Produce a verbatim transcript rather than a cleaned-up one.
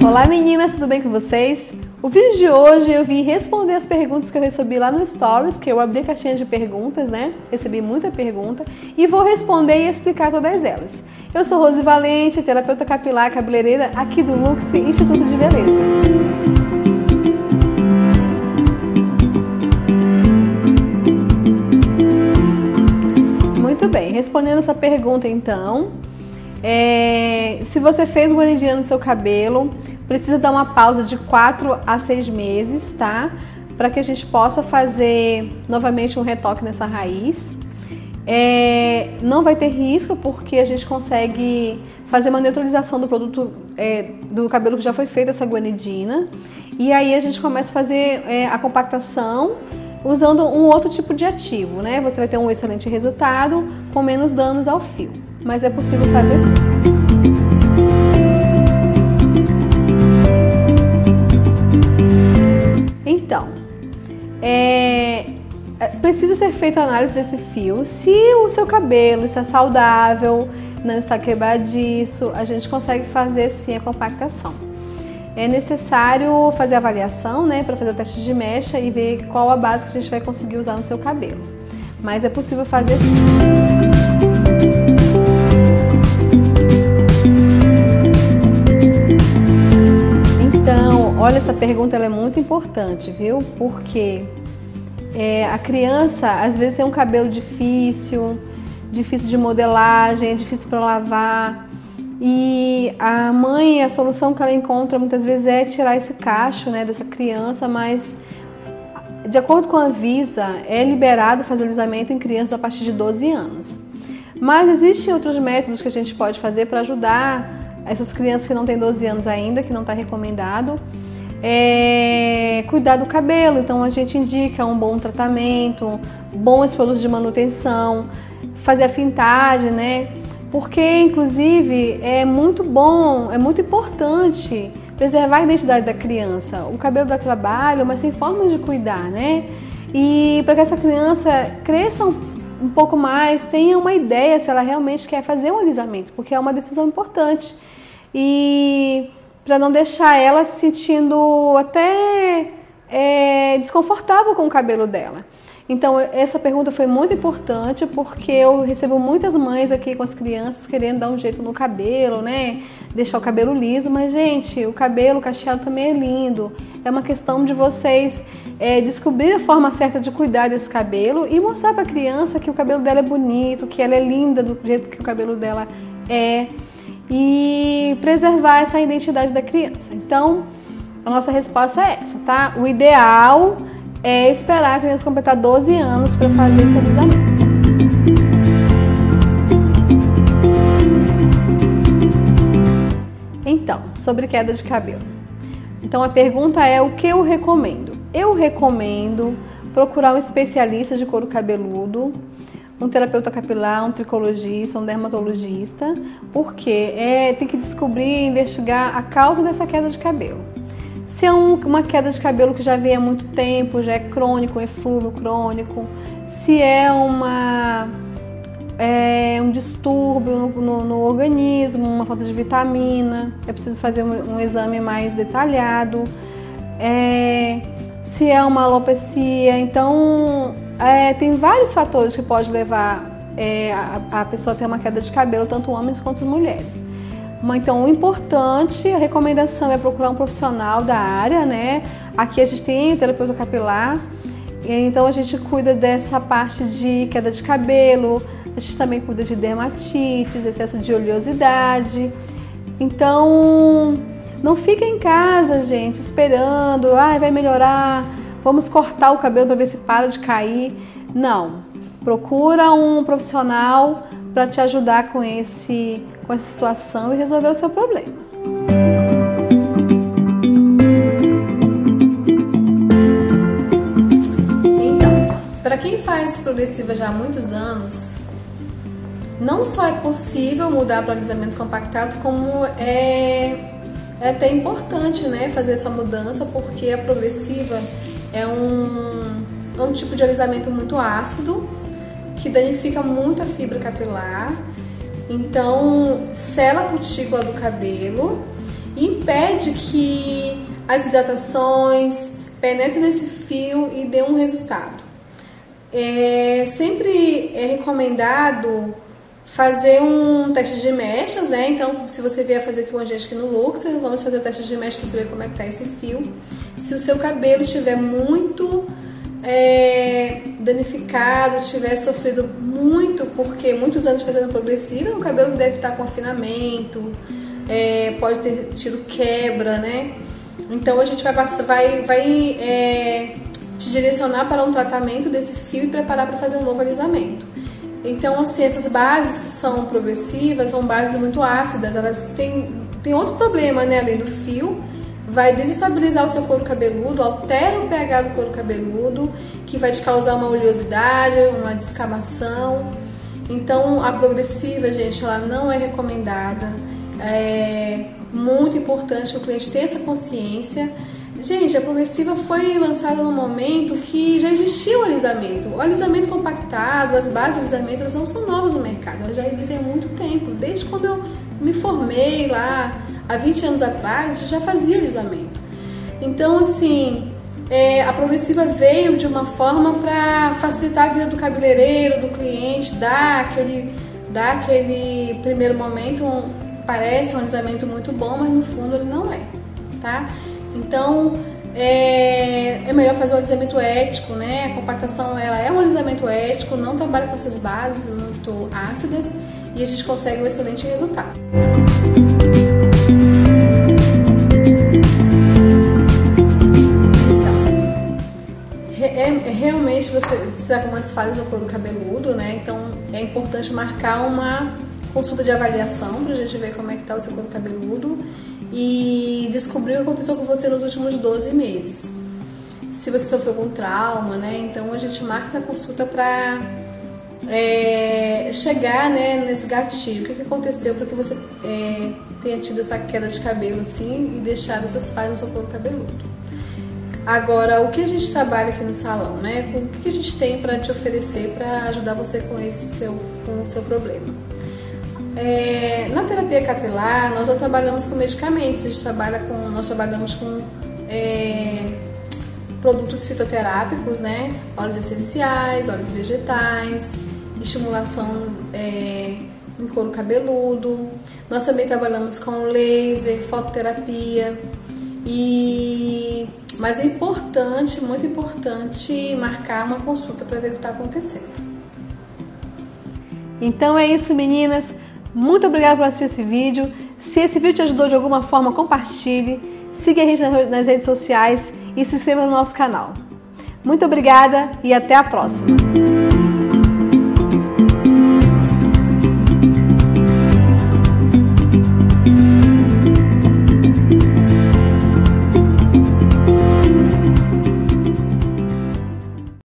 Olá meninas, tudo bem com vocês? O vídeo de hoje eu vim responder as perguntas que eu recebi lá no Stories, que eu abri a caixinha de perguntas, né? Recebi muita pergunta e vou responder e explicar todas elas. Eu sou Rose Valente, terapeuta capilar cabeleireira aqui do Lux Instituto de Beleza. Muito bem, respondendo essa pergunta então, é, se você fez guanidina no seu cabelo, precisa dar uma pausa de quatro a seis meses, tá? Para que a gente possa fazer novamente um retoque nessa raiz. É, não vai ter risco porque a gente consegue fazer uma neutralização do produto é, do cabelo que já foi feita essa guanidina. E aí a gente começa a fazer é, a compactação usando um outro tipo de ativo, né? Você vai ter um excelente resultado com menos danos ao fio. Mas é possível fazer sim. Então, é, precisa ser feita a análise desse fio. Se o seu cabelo está saudável, não está quebradiço, a gente consegue fazer sim a compactação. É necessário fazer a avaliação, né, para fazer o teste de mecha e ver qual a base que a gente vai conseguir usar no seu cabelo. Mas é possível fazer sim. Olha, essa pergunta ela é muito importante, viu? Porque é, a criança às vezes tem um cabelo difícil, difícil de modelagem, é difícil para lavar. E a mãe, a solução que ela encontra muitas vezes é tirar esse cacho, né, dessa criança, mas de acordo com a Anvisa, é liberado fazer alisamento em crianças a partir de doze anos. Mas existem outros métodos que a gente pode fazer para ajudar essas crianças que não têm doze anos ainda, que não está recomendado. É, cuidar do cabelo, então a gente indica um bom tratamento, bons produtos de manutenção, fazer a fintagem, né? Porque inclusive é muito bom, é muito importante preservar a identidade da criança. O cabelo dá trabalho, mas tem formas de cuidar, né? E para que essa criança cresça um, um pouco mais, tenha uma ideia se ela realmente quer fazer um alisamento, porque é uma decisão importante. E para não deixar ela se sentindo até é, desconfortável com o cabelo dela. Então essa pergunta foi muito importante porque eu recebo muitas mães aqui com as crianças querendo dar um jeito no cabelo, né? Deixar o cabelo liso, mas gente, o cabelo cacheado também é lindo. É uma questão de vocês é, descobrir a forma certa de cuidar desse cabelo e mostrar para a criança que o cabelo dela é bonito, que ela é linda do jeito que o cabelo dela é. E preservar essa identidade da criança. Então, a nossa resposta é essa, tá? O ideal é esperar a criança completar doze anos para fazer esse alisamento. Então, sobre queda de cabelo. Então, a pergunta é o que eu recomendo? Eu recomendo procurar um especialista de couro cabeludo, um terapeuta capilar, um tricologista, um dermatologista, porque é, tem que descobrir, investigar a causa dessa queda de cabelo. Se é um, uma queda de cabelo que já vem há muito tempo, já é crônico, um eflúvio crônico, se é, uma, é um distúrbio no, no, no organismo, uma falta de vitamina, é preciso fazer um, um exame mais detalhado, é, se é uma alopecia, então é, tem vários fatores que podem levar é, a, a pessoa a ter uma queda de cabelo, tanto homens quanto mulheres. Mas, então, o importante, a recomendação é procurar um profissional da área, né? Aqui a gente tem terapeuta capilar, então a gente cuida dessa parte de queda de cabelo, a gente também cuida de dermatites, excesso de oleosidade. Então, não fica em casa, gente, esperando, ah, vai melhorar, vamos cortar o cabelo para ver se para de cair. Não, procura um profissional para te ajudar com, esse, com essa situação e resolver o seu problema. Então, para quem faz progressiva já há muitos anos, não só é possível mudar para alisamento compactado, como é É até importante, né, fazer essa mudança, porque a progressiva é um, é um tipo de alisamento muito ácido, que danifica muito a fibra capilar, então sela a cutícula do cabelo e pede que as hidratações penetrem nesse fio e dê um resultado. É, sempre é recomendado fazer um teste de mechas, né? Então, se você vier fazer aqui com a gente aqui no Luxer, vamos fazer o teste de mechas para você ver como é que tá esse fio. Se o seu cabelo estiver muito é, danificado, tiver sofrido muito, porque muitos anos fazendo progressiva, o cabelo deve estar com afinamento, é, pode ter tido quebra, né? Então a gente vai, vai, vai é, te direcionar para um tratamento desse fio e preparar para fazer um novo alisamento. Então, assim, essas bases que são progressivas são bases muito ácidas, elas têm, têm outro problema, né, além do fio. Vai desestabilizar o seu couro cabeludo, altera o pH do couro cabeludo, que vai te causar uma oleosidade, uma descamação. Então, a progressiva, gente, ela não é recomendada. É muito importante o cliente ter essa consciência. Gente, a progressiva foi lançada no momento que já existia o alisamento. O alisamento compactado, as bases de alisamento, elas não são novas no mercado, elas já existem há muito tempo. Desde quando eu me formei lá, há vinte anos atrás, já fazia alisamento. Então, assim, é, a progressiva veio de uma forma para facilitar a vida do cabeleireiro, do cliente, dar aquele, dar aquele primeiro momento, um, parece um alisamento muito bom, mas no fundo ele não é, tá? Então, é, é melhor fazer um alisamento ético, né? A compactação, ela é um alisamento ético, não trabalha com essas bases muito ácidas e a gente consegue um excelente resultado. Então, é, é, realmente você sabe como se faz o couro cabeludo, né? Então, é importante marcar uma consulta de avaliação pra gente ver como é que tá o seu couro cabeludo e descobrir o que aconteceu com você nos últimos doze meses. Se você sofreu algum trauma, né? Então a gente marca essa consulta para é, chegar, né, nesse gatilho. O que, que aconteceu para que você é, tenha tido essa queda de cabelo assim e deixado essas falhas no seu couro cabeludo. Agora, o que a gente trabalha aqui no salão, né? O que a gente tem para te oferecer para ajudar você com esse seu, com o seu problema? É, na terapia capilar, nós não trabalhamos com medicamentos, a gente trabalha com, nós trabalhamos com é, produtos fitoterápicos, né? Óleos essenciais, óleos vegetais, estimulação é, em couro cabeludo. Nós também trabalhamos com laser, fototerapia. E, mas é importante, muito importante, marcar uma consulta para ver o que está acontecendo. Então é isso, meninas. Muito obrigada por assistir esse vídeo. Se esse vídeo te ajudou de alguma forma, compartilhe, siga a gente nas redes sociais e se inscreva no nosso canal. Muito obrigada e até a próxima!